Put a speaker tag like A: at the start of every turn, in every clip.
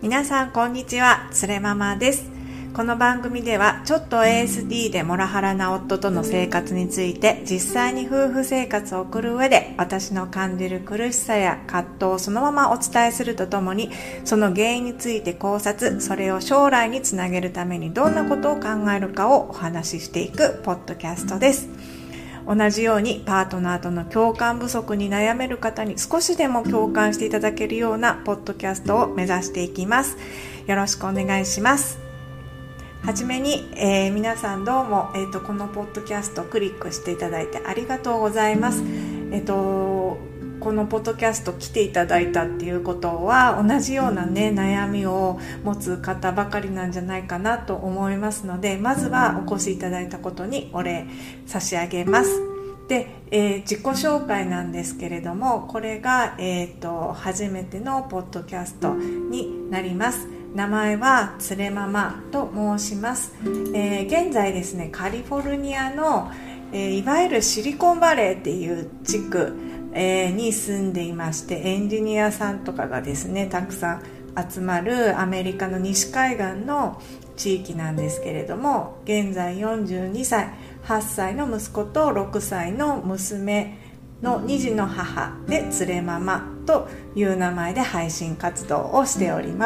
A: 皆さんこんにちは、つれママです。この番組ではちょっと ASD でモラハラな夫との生活について、実際に夫婦生活を送る上で私の感じる苦しさや葛藤をそのままお伝えするとともに、その原因について考察、それを将来につなげるためにどんなことを考えるかをお話ししていくポッドキャストです。同じようにパートナーとの共感不足に悩める方に少しでも共感していただけるようなポッドキャストを目指していきます。よろしくお願いします。はじめに、皆さんどうも、このポッドキャストをクリックしていただいてありがとうございます。このポッドキャスト来ていただいたっていうことは同じようなね悩みを持つ方ばかりなんじゃないかなと思いますので、まずはお越しいただいたことにお礼差し上げます。で、自己紹介なんですけれども、これが、初めてのポッドキャストになります。名前はつれママと申します。現在ですね、カリフォルニアの、いわゆるシリコンバレーっていう地区に住んでいまして、エンジニアさんとかがですねたくさん集まるアメリカの西海岸の地域なんですけれども、現在42歳8歳の息子と6歳の娘の2児の母でつれママという名前で配信活動をしております。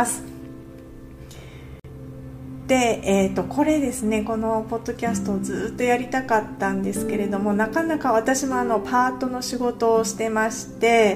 A: で、これですね、このポッドキャストをずっとやりたかったんですけれども、なかなか私もパートの仕事をしてまして、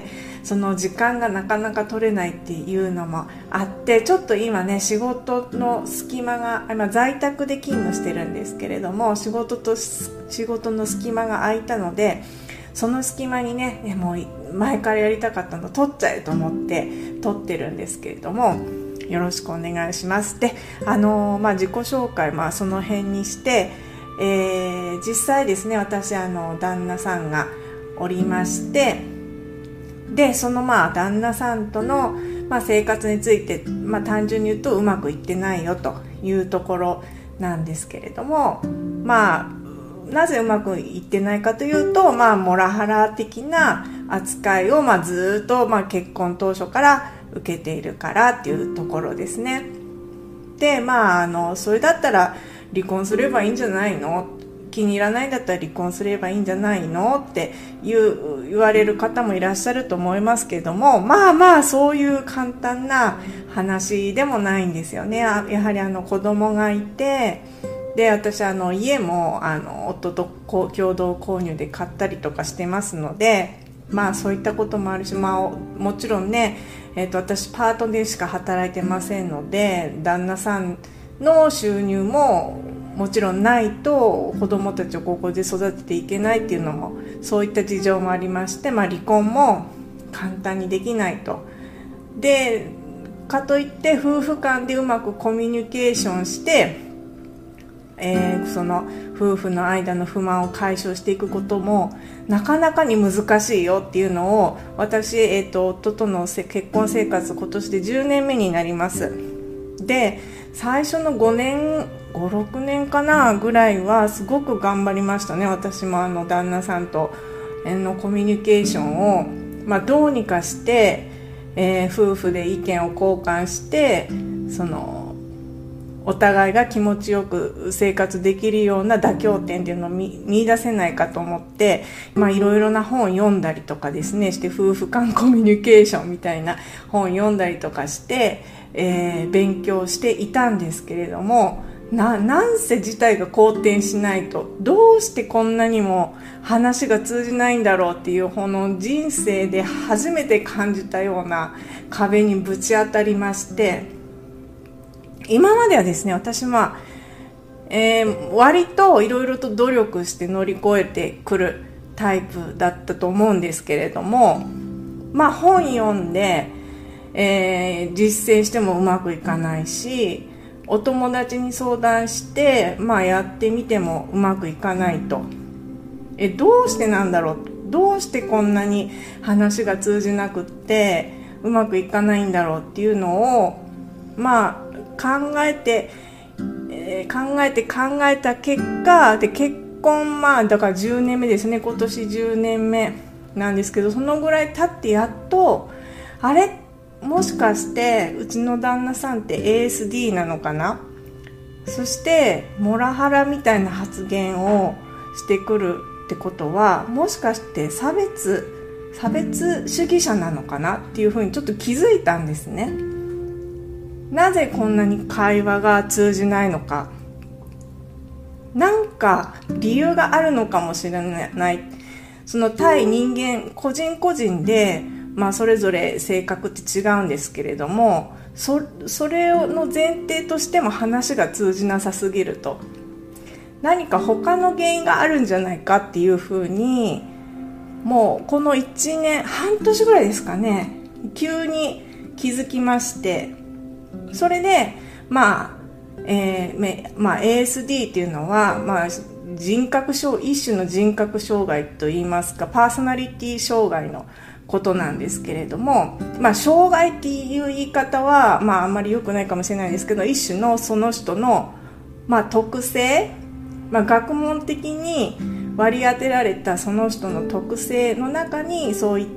A: その時間がなかなか取れないっていうのもあって、ちょっと今ね仕事の隙間が、今在宅で勤務してるんですけれども、仕事の隙間が空いたので、その隙間にねもう前からやりたかったの取っちゃえと思って取ってるんですけれども、よろしくお願いします。で、自己紹介、その辺にして、実際ですね、私旦那さんがおりまして、でその旦那さんとの、生活について、単純に言うとうまくいってないよというところなんですけれども、なぜうまくいってないかというと、モラハラ的な扱いを、ずっと、結婚当初から受けているからっていうところですね。で、それだったら離婚すればいいんじゃないの、気に入らないんだったら離婚すればいいんじゃないのって言われる方もいらっしゃると思いますけども、そういう簡単な話でもないんですよね。やはり子供がいて、で私家も夫と共同購入で買ったりとかしてますので、そういったこともあるし、もちろんね、私パートでしか働いてませんので、旦那さんの収入ももちろんないと子供たちをここで育てていけないっていうのも、そういった事情もありまして、離婚も簡単にできないと。でかといって夫婦間でうまくコミュニケーションして、その夫婦の間の不満を解消していくこともなかなかに難しいよっていうのを、私、夫との結婚生活今年で10年目になります。で最初の5、6年かなぐらいはすごく頑張りましたね。私も旦那さんとのコミュニケーションを、どうにかして、夫婦で意見を交換して、お互いが気持ちよく生活できるような妥協点っていうのを見出せないかと思って、いろいろな本を読んだりとかですねして、夫婦間コミュニケーションみたいな本を読んだりとかして、勉強していたんですけれども、なんせ自体が好転しないと、どうしてこんなにも話が通じないんだろうっていう、この人生で初めて感じたような壁にぶち当たりまして、今まではですね、私は、割といろいろと努力して乗り越えてくるタイプだったと思うんですけれども、本読んで、実践してもうまくいかないし、お友達に相談して、やってみてもうまくいかないと。どうしてなんだろう、どうしてこんなに話が通じなくってうまくいかないんだろうっていうのを考えた結果で、結婚だから10年目ですね。今年10年目なんですけど、そのぐらい経ってやっとあれもしかしてうちの旦那さんって ASD なのかな。そしてモラハラみたいな発言をしてくるってことは、もしかして差別主義者なのかなっていうふうにちょっと気づいたんですね。なぜこんなに会話が通じないのか、なんか理由があるのかもしれない。その対人間個人個人で、それぞれ性格って違うんですけれども、それの前提としても話が通じなさすぎると、何か他の原因があるんじゃないかっていうふうに、もうこの1年半年ぐらいですかね、急に気づきまして、それでASD っていうのは、一種の人格障害といいますか、パーソナリティ障害のことなんですけれども、障害っていう言い方は、あんまり良くないかもしれないですけど、一種のその人の、特性、学問的に割り当てられたその人の特性の中に、そういった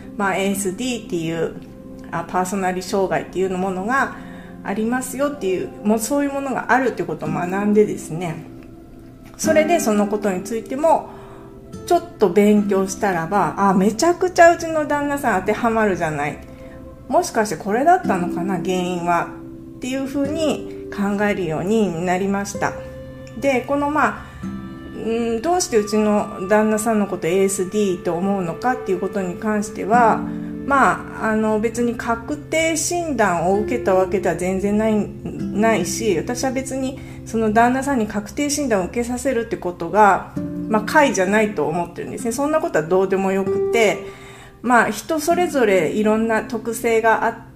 A: 、ASD っていうパーソナリティ障害っていうものがありますよっていう、そういうものがあるっていうことを学んでですね、それでそのことについてもちょっと勉強したらば、めちゃくちゃうちの旦那さん当てはまるじゃない、もしかしてこれだったのかな原因はっていうふうに考えるようになりました。でこのどうしてうちの旦那さんのこと ASD と思うのかっていうことに関しては、別に確定診断を受けたわけでは全然ないし、私は別にその旦那さんに確定診断を受けさせるってことが、解じゃないと思ってるんですね。そんなことはどうでもよくて、人それぞれいろんな特性があって、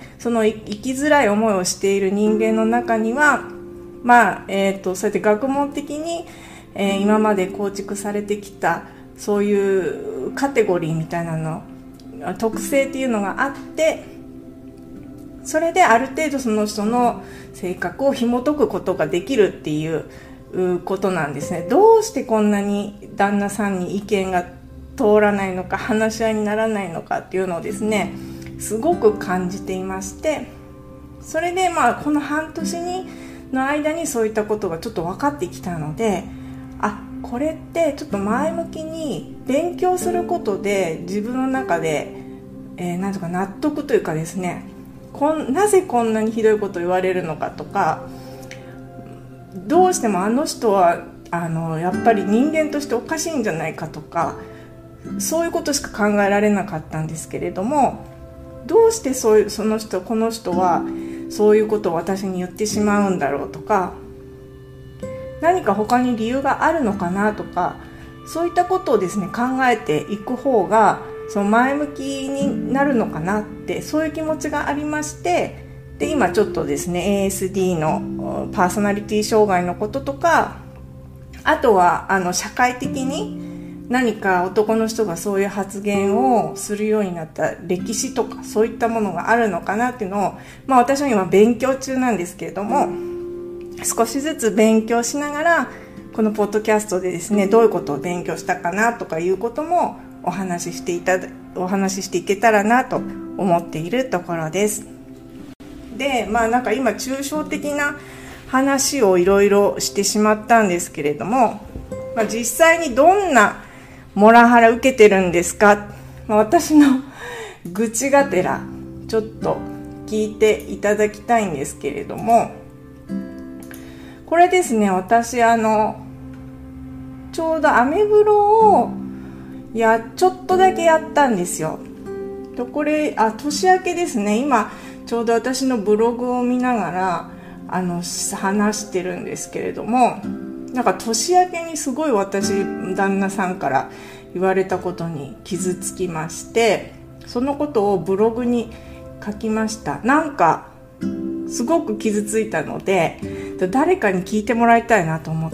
A: その生きづらい思いをしている人間の中には、そうやって学問的に、今まで構築されてきたそういうカテゴリーみたいなの、特性っていうのがあって、それである程度その人の性格を紐解くことができるっていうことなんですね。どうしてこんなに旦那さんに意見が通らないのか、話し合いにならないのかっていうのをですね、すごく感じていまして、それでこの半年の間にそういったことがちょっと分かってきたので、これってちょっと前向きに勉強することで自分の中で、なんとか納得というかですね、なぜこんなにひどいことを言われるのかとか、どうしてもあの人はやっぱり人間としておかしいんじゃないかとか、そういうことしか考えられなかったんですけれども、どうしてこの人はそういうことを私に言ってしまうんだろうとか、何か他に理由があるのかなとか、そういったことをですね考えていく方がその前向きになるのかなって、そういう気持ちがありまして、で今ちょっとですね ASD のパーソナリティ障害のこととか、あとは社会的に何か男の人がそういう発言をするようになった歴史とか、そういったものがあるのかなっていうのを、私は今勉強中なんですけれども、少しずつ勉強しながらこのポッドキャストでですね、どういうことを勉強したかなとかいうこともお話ししていけたらなと思っているところです。で、なんか今抽象的な話をいろいろしてしまったんですけれども、実際にどんなモラハラ受けてるんですか、私の愚痴がてらちょっと聞いていただきたいんですけれども、これですね、私ちょうどアメブロをちょっとだけやったんですよ。これ年明けですね。今ちょうど私のブログを見ながら話してるんですけれども、なんか年明けにすごい私旦那さんから言われたことに傷つきまして、そのことをブログに書きました。なんかすごく傷ついたので誰かに聞いてもらいたいなと思って、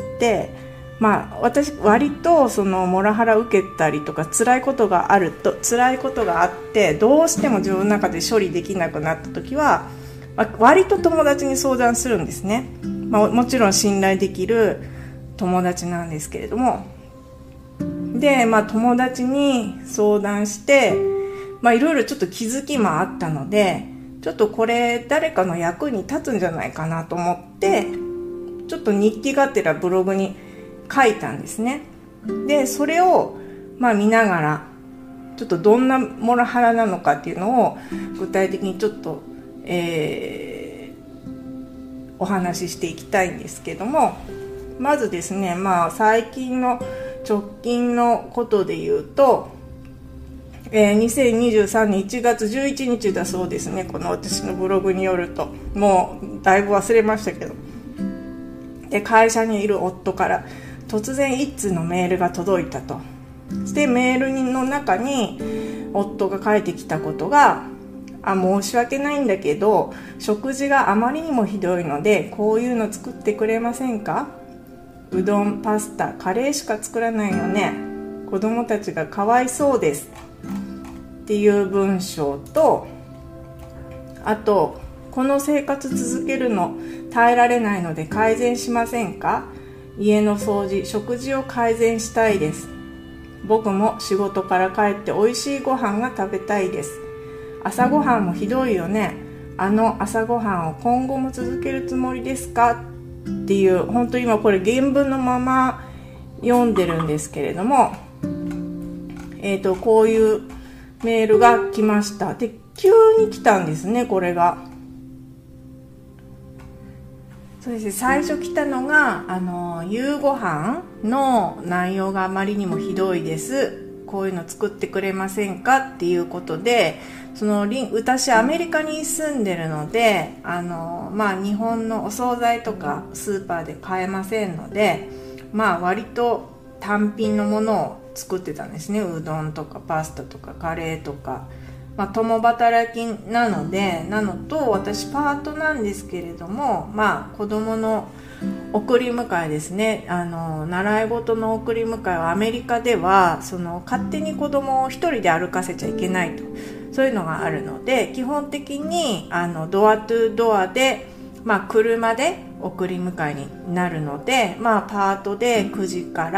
A: 私割とそのモラハラ受けたりとか辛いことがあってどうしても自分の中で処理できなくなった時は、割と友達に相談するんですね。もちろん信頼できる友達なんですけれども、で、友達に相談して、 いろいろちょっと気づきもあったので、ちょっとこれ誰かの役に立つんじゃないかなと思って、ちょっと日記がてらブログに書いたんですね。でそれを見ながら、ちょっとどんなモラハラなのかっていうのを具体的にちょっと、お話ししていきたいんですけども、まずですね、最近の直近のことで言うと、2023年1月11日だそうですね。この私のブログによると、もうだいぶ忘れましたけど、で会社にいる夫から突然一通のメールが届いたと。そしてメールの中に夫が書いてきたことが、申し訳ないんだけど食事があまりにもひどいのでこういうの作ってくれませんか？うどん、パスタ、カレーしか作らないよね。子供たちがかわいそうですっていう文章と、あと、この生活続けるの耐えられないので改善しませんか？家の掃除、食事を改善したいです。僕も仕事から帰って美味しいご飯が食べたいです。朝ごはんもひどいよね。朝ごはんを今後も続けるつもりですか？っていう、本当今これ原文のまま読んでるんですけれども、こういうメールが来ました。で、急に来たんですね、これが。そうですね、最初来たのが夕ご飯の内容があまりにもひどいです。こういうの作ってくれませんかっていうことで、私アメリカに住んでるので、日本のお惣菜とかスーパーで買えませんので、割と単品のものを作ってたんですね。うどんとかパスタとかカレーとか、共働きなのと、私パートなんですけれども、子供の送り迎えですね、習い事の送り迎えはアメリカでは勝手に子供を一人で歩かせちゃいけないと、そういうのがあるので、基本的にドアトゥドアで、車で送り迎えになるので、パートで9時から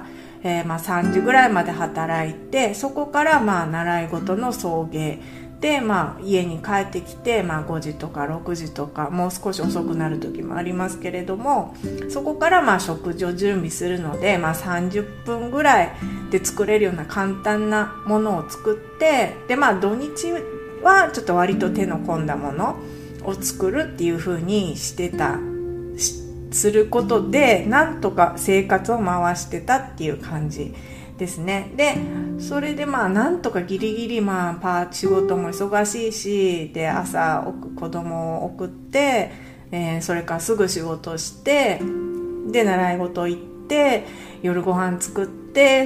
A: 、3時ぐらいまで働いて、そこから習い事の送迎で、家に帰ってきて、5時とか6時とか、もう少し遅くなる時もありますけれども、そこから食事を準備するので、30分ぐらいで作れるような簡単なものを作って、で土日はちょっと割と手の込んだものを作るっていう風にすることで、なんとか生活を回してたっていう感じですね。でそれでなんとかギリギリ仕事も忙しいし、で朝子供を送って、それからすぐ仕事して、で習い事行って、夜ご飯作って、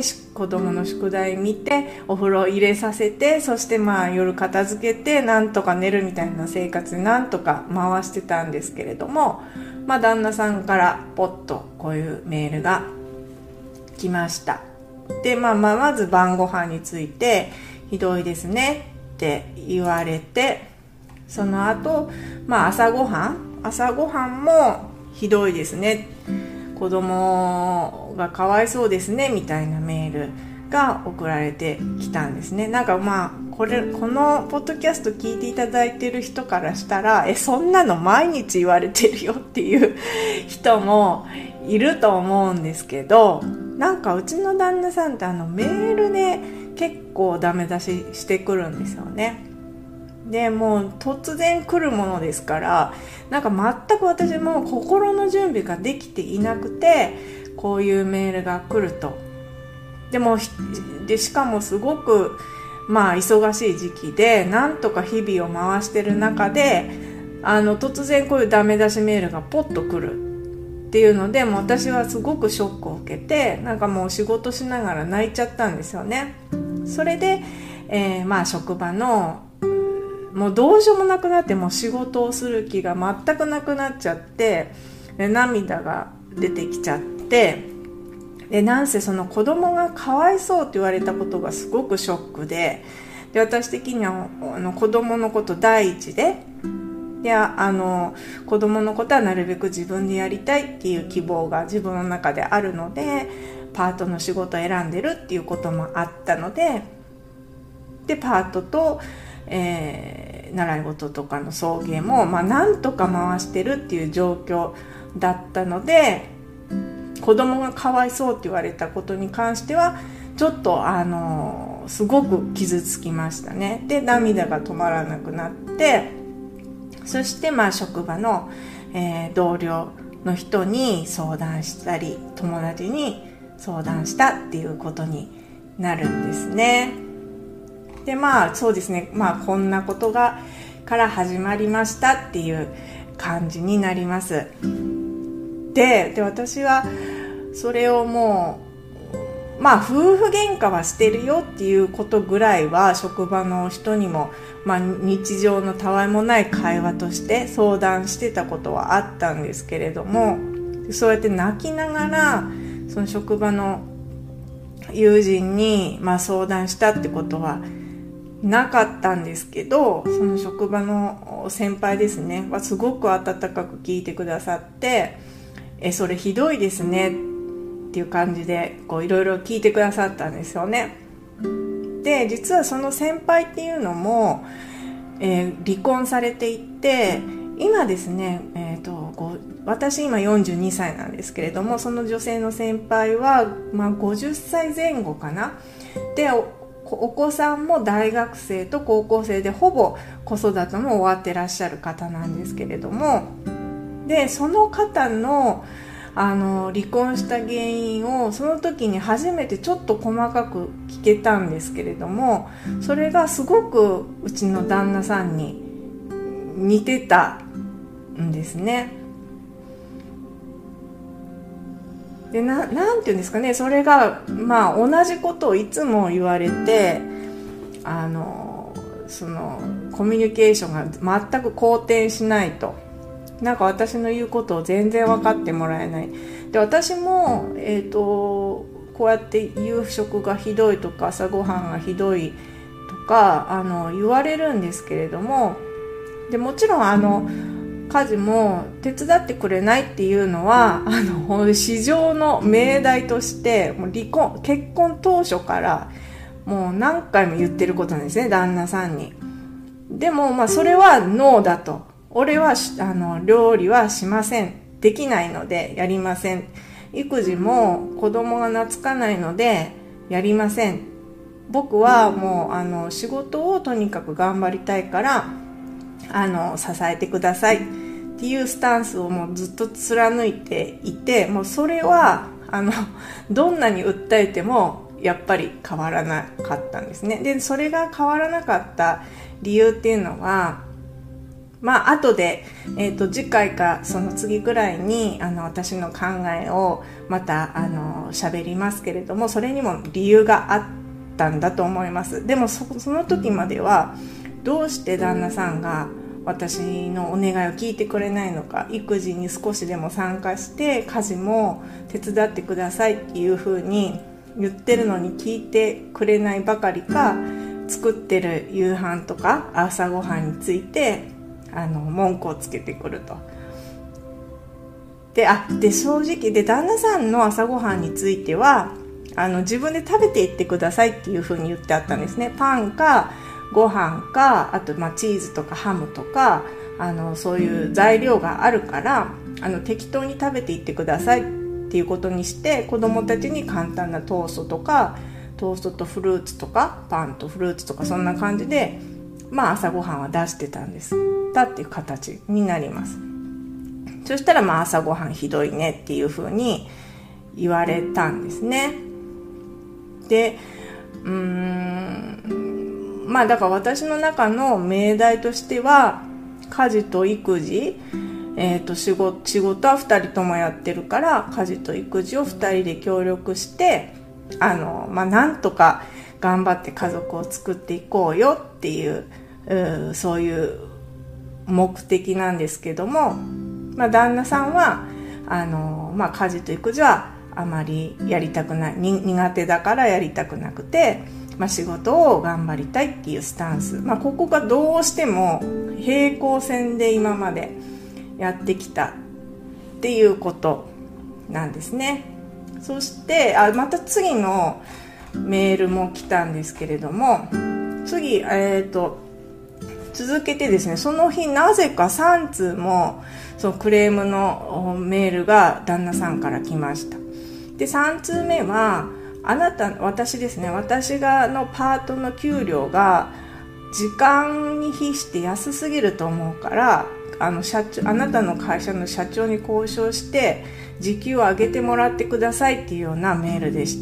A: 子供の宿題見て、お風呂入れさせて、そして夜片付けて、なんとか寝るみたいな生活でなんとか回してたんですけれども、旦那さんからポッとこういうメールが来ました。で、まず晩ご飯についてひどいですねって言われて、その後、朝ごはんもひどいですね、子供がかわいそうですねみたいなメールが送られてきたんですね。このポッドキャスト聞いていただいてる人からしたら、そんなの毎日言われてるよっていう人もいると思うんですけど、うちの旦那さんってメールで結構ダメ出ししてくるんですよね。でもう突然来るものですから、全く私も心の準備ができていなくて、こういうメールが来ると。でしかもすごく忙しい時期で、なんとか日々を回してる中で、突然こういうダメ出しメールがポッと来るっていうので、もう私はすごくショックを受けて、もう仕事しながら泣いちゃったんですよね。それで、職場のもうどうしようもなくなって、もう仕事をする気が全くなくなっちゃって、涙が出てきちゃって、でなんせその子供がかわいそうって言われたことがすごくショックで、私的には子供のこと第一で、子供のことはなるべく自分でやりたいっていう希望が自分の中であるので、パートの仕事を選んでるっていうこともあったので、 でパートと、習い事とかの送迎も、なんとか回してるっていう状況だったので、子供がかわいそうって言われたことに関してはちょっとすごく傷つきましたね。で、涙が止まらなくなって、そして職場の、同僚の人に相談したり、友達に相談したっていうことになるんですね。で、そうですね、こんなことから始まりましたっていう感じになります。で、私はそれをもう夫婦喧嘩はしてるよっていうことぐらいは職場の人にも、日常のたわいもない会話として相談してたことはあったんですけれども、そうやって泣きながらその職場の友人に相談したってことはなかったんですけど、その職場の先輩ですねはすごく温かく聞いてくださって、それひどいですねっていう感じでいろいろ聞いてくださったんですよね。で、実はその先輩っていうのも、離婚されていて、今ですね、私今42歳なんですけれども、その女性の先輩は、50歳前後かな。で、お子さんも大学生と高校生で、ほぼ子育ても終わってらっしゃる方なんですけれども、で、その方の離婚した原因をその時に初めてちょっと細かく聞けたんですけれども、それがすごくうちの旦那さんに似てたんですね。で、なんていうんですかね、それが同じことをいつも言われて、そのコミュニケーションが全く好転しないと、私の言うことを全然分かってもらえない。で、私も、こうやって夕食がひどいとか朝ごはんがひどいとか言われるんですけれども、でもちろん家事も手伝ってくれないっていうのは市場の命題として、もう結婚当初からもう何回も言ってることなんですね、旦那さんに。でもそれはノーだと。俺は料理はしません、できないのでやりません、育児も子供が懐かないのでやりません、僕はもう仕事をとにかく頑張りたいから支えてくださいっていうスタンスをもうずっと貫いていて、もうそれはどんなに訴えてもやっぱり変わらなかったんですね。で、それが変わらなかった理由っていうのは、後で、次回かその次ぐらいに私の考えをまた喋りますけれども、それにも理由があったんだと思います。でもその時まではどうして旦那さんが私のお願いを聞いてくれないのか、育児に少しでも参加して家事も手伝ってくださいっていう風に言ってるのに聞いてくれないばかりか、作ってる夕飯とか朝ごはんについて文句をつけてくると。で、正直で旦那さんの朝ごはんについては自分で食べていってくださいっていう風に言ってあったんですね。パンかご飯か、あとチーズとかハムとかそういう材料があるから適当に食べていってくださいっていうことにして、子供たちに簡単なトーストとか、トーストとフルーツとかパンとフルーツとか、そんな感じで朝ごはんは出してたんですだっていう形になります。そしたら朝ごはんひどいねっていう風に言われたんですね。で、だから私の中の命題としては、家事と育児、仕事は2人ともやってるから、家事と育児を2人で協力してなんとか頑張って家族を作っていこうよっていう、そういう目的なんですけども、旦那さんは家事と育児はあまりやりたくない、苦手だからやりたくなくて、仕事を頑張りたいっていうスタンス、ここがどうしても平行線で今までやってきたっていうことなんですね。そしてまた次のメールも来たんですけれども、 次、続けてですね、その日なぜか3通もそのクレームのメールが旦那さんから来ました。で、3通目は、私ですね、私のパートの給料が時間に比して安すぎると思うから、あなたの会社の社長に交渉して時給を上げてもらってくださいっていうようなメールでした。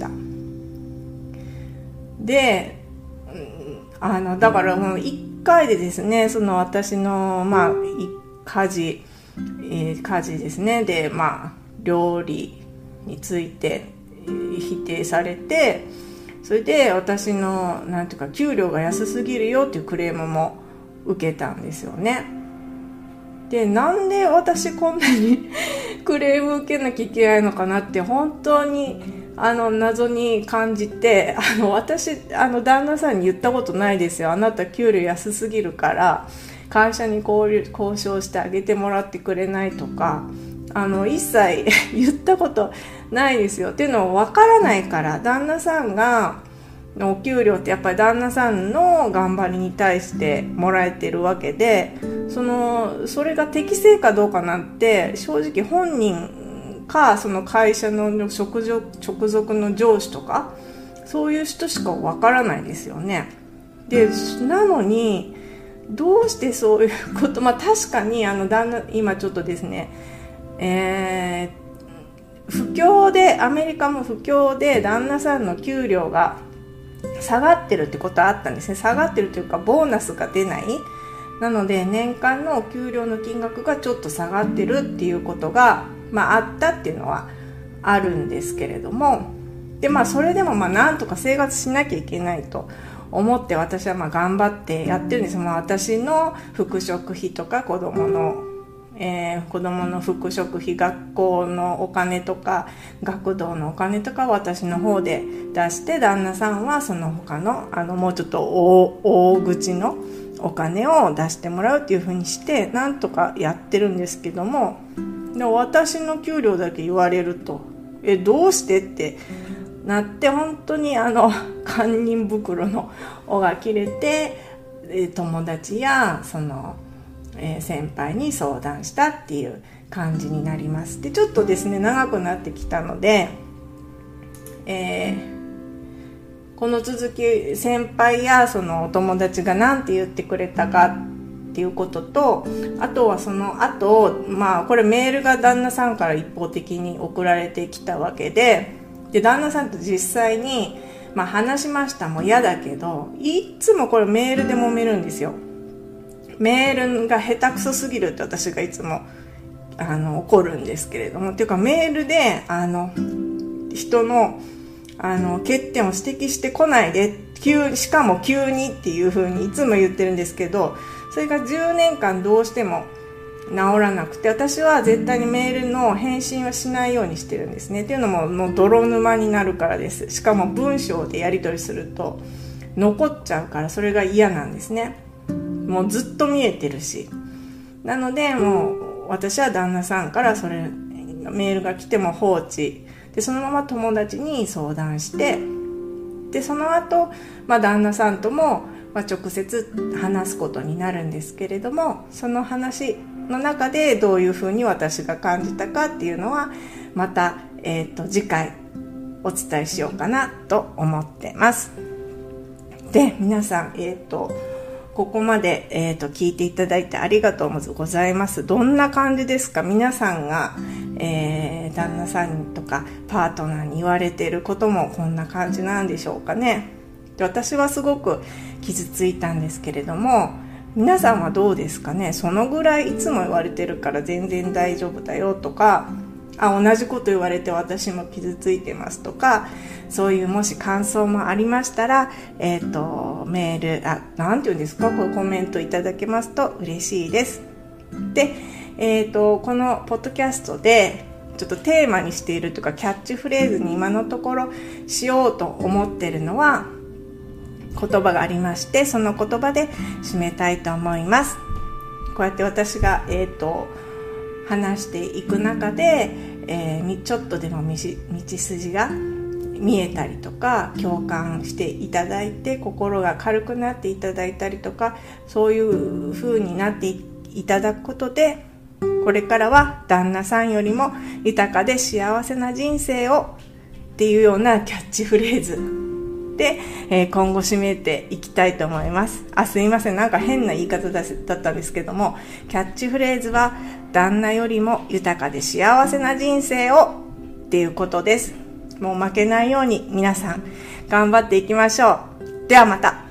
A: で、だからもう1回でですね、その私の家事ですね、で料理について否定されて、それで私のなんていうか給料が安すぎるよっていうクレームも受けたんですよね。で、なんで私こんなにクレーム受けなきゃいけないのかなって本当に謎に感じて、私旦那さんに言ったことないですよ。あなた給料安すぎるから会社に交渉してあげてもらってくれないとか、一切言ったことないですよ。っていうのは分からないから、旦那さんがのお給料ってやっぱり旦那さんの頑張りに対してもらえてるわけで、それが適正かどうかなんて正直本人かその会社の直属の上司とかそういう人しか分からないですよね。で、なのにどうしてそういうこと、確かに今ちょっとですね、不況で、アメリカも不況で旦那さんの給料が下がってるってことはあったんですね。下がってるというかボーナスが出ない、なので年間の給料の金額がちょっと下がってるっていうことが、あったっていうのはあるんですけれども、でそれでもなんとか生活しなきゃいけないと思って私は頑張ってやってるんです。私の服飾費とか子供の服飾費、学校のお金とか学童のお金とか私の方で出して、旦那さんはその他のもうちょっと大口のお金を出してもらうっていう風にしてなんとかやってるんですけども、で私の給料だけ言われるとどうしてってなって、本当に堪忍袋の緒が切れて、友達や先輩に相談したっていう感じになります。で、ちょっとですね長くなってきたので、この続き、先輩やそのお友達が何て言ってくれたかっていうことと、あとはその後、これメールが旦那さんから一方的に送られてきたわけで、旦那さんと実際に話しました。もう嫌だけど、いつもこれメールで揉めるんですよ。メールが下手くそすぎるって私がいつも怒るんですけれども、っていうかメールで人の欠点を指摘してこないで、しかも急にっていう風にいつも言ってるんですけど、それが10年間どうしても治らなくて、私は絶対にメールの返信はしないようにしてるんですね。っていうのも泥沼になるからです。しかも文章でやり取りすると残っちゃうから、それが嫌なんですね。もうずっと見えてるし、なのでもう私は旦那さんからそれメールが来ても放置で、そのまま友達に相談して、でその後、旦那さんとも、直接話すことになるんですけれども、その話の中でどういうふうに私が感じたかっていうのはまた、次回お伝えしようかなと思ってます。で、皆さん、ここまで、聞いていただいてありがとうございます。どんな感じですか？皆さんが、旦那さんとかパートナーに言われていることもこんな感じなんでしょうかね。で、私はすごく傷ついたんですけれども、皆さんはどうですかね。そのぐらいいつも言われてるから全然大丈夫だよとか、同じこと言われて私も傷ついてますとか、そういうもし感想もありましたら、メール、なんていうんですか、こうコメントいただけますと嬉しいです。で、このポッドキャストでちょっとテーマにしているとかキャッチフレーズに今のところしようと思ってるのは言葉がありまして、その言葉で締めたいと思います。こうやって私が話していく中で、ちょっとでも道筋が、 見えたりとか、共感していただいて心が軽くなっていただいたりとか、そういう風になっていただくことで、これからは旦那さんよりも豊かで幸せな人生をっていうようなキャッチフレーズで、今後締めていきたいと思います。すいません、なんか変な言い方だったんですけども、キャッチフレーズは旦那よりも豊かで幸せな人生をっていうことです。もう負けないように皆さん頑張っていきましょう。ではまた。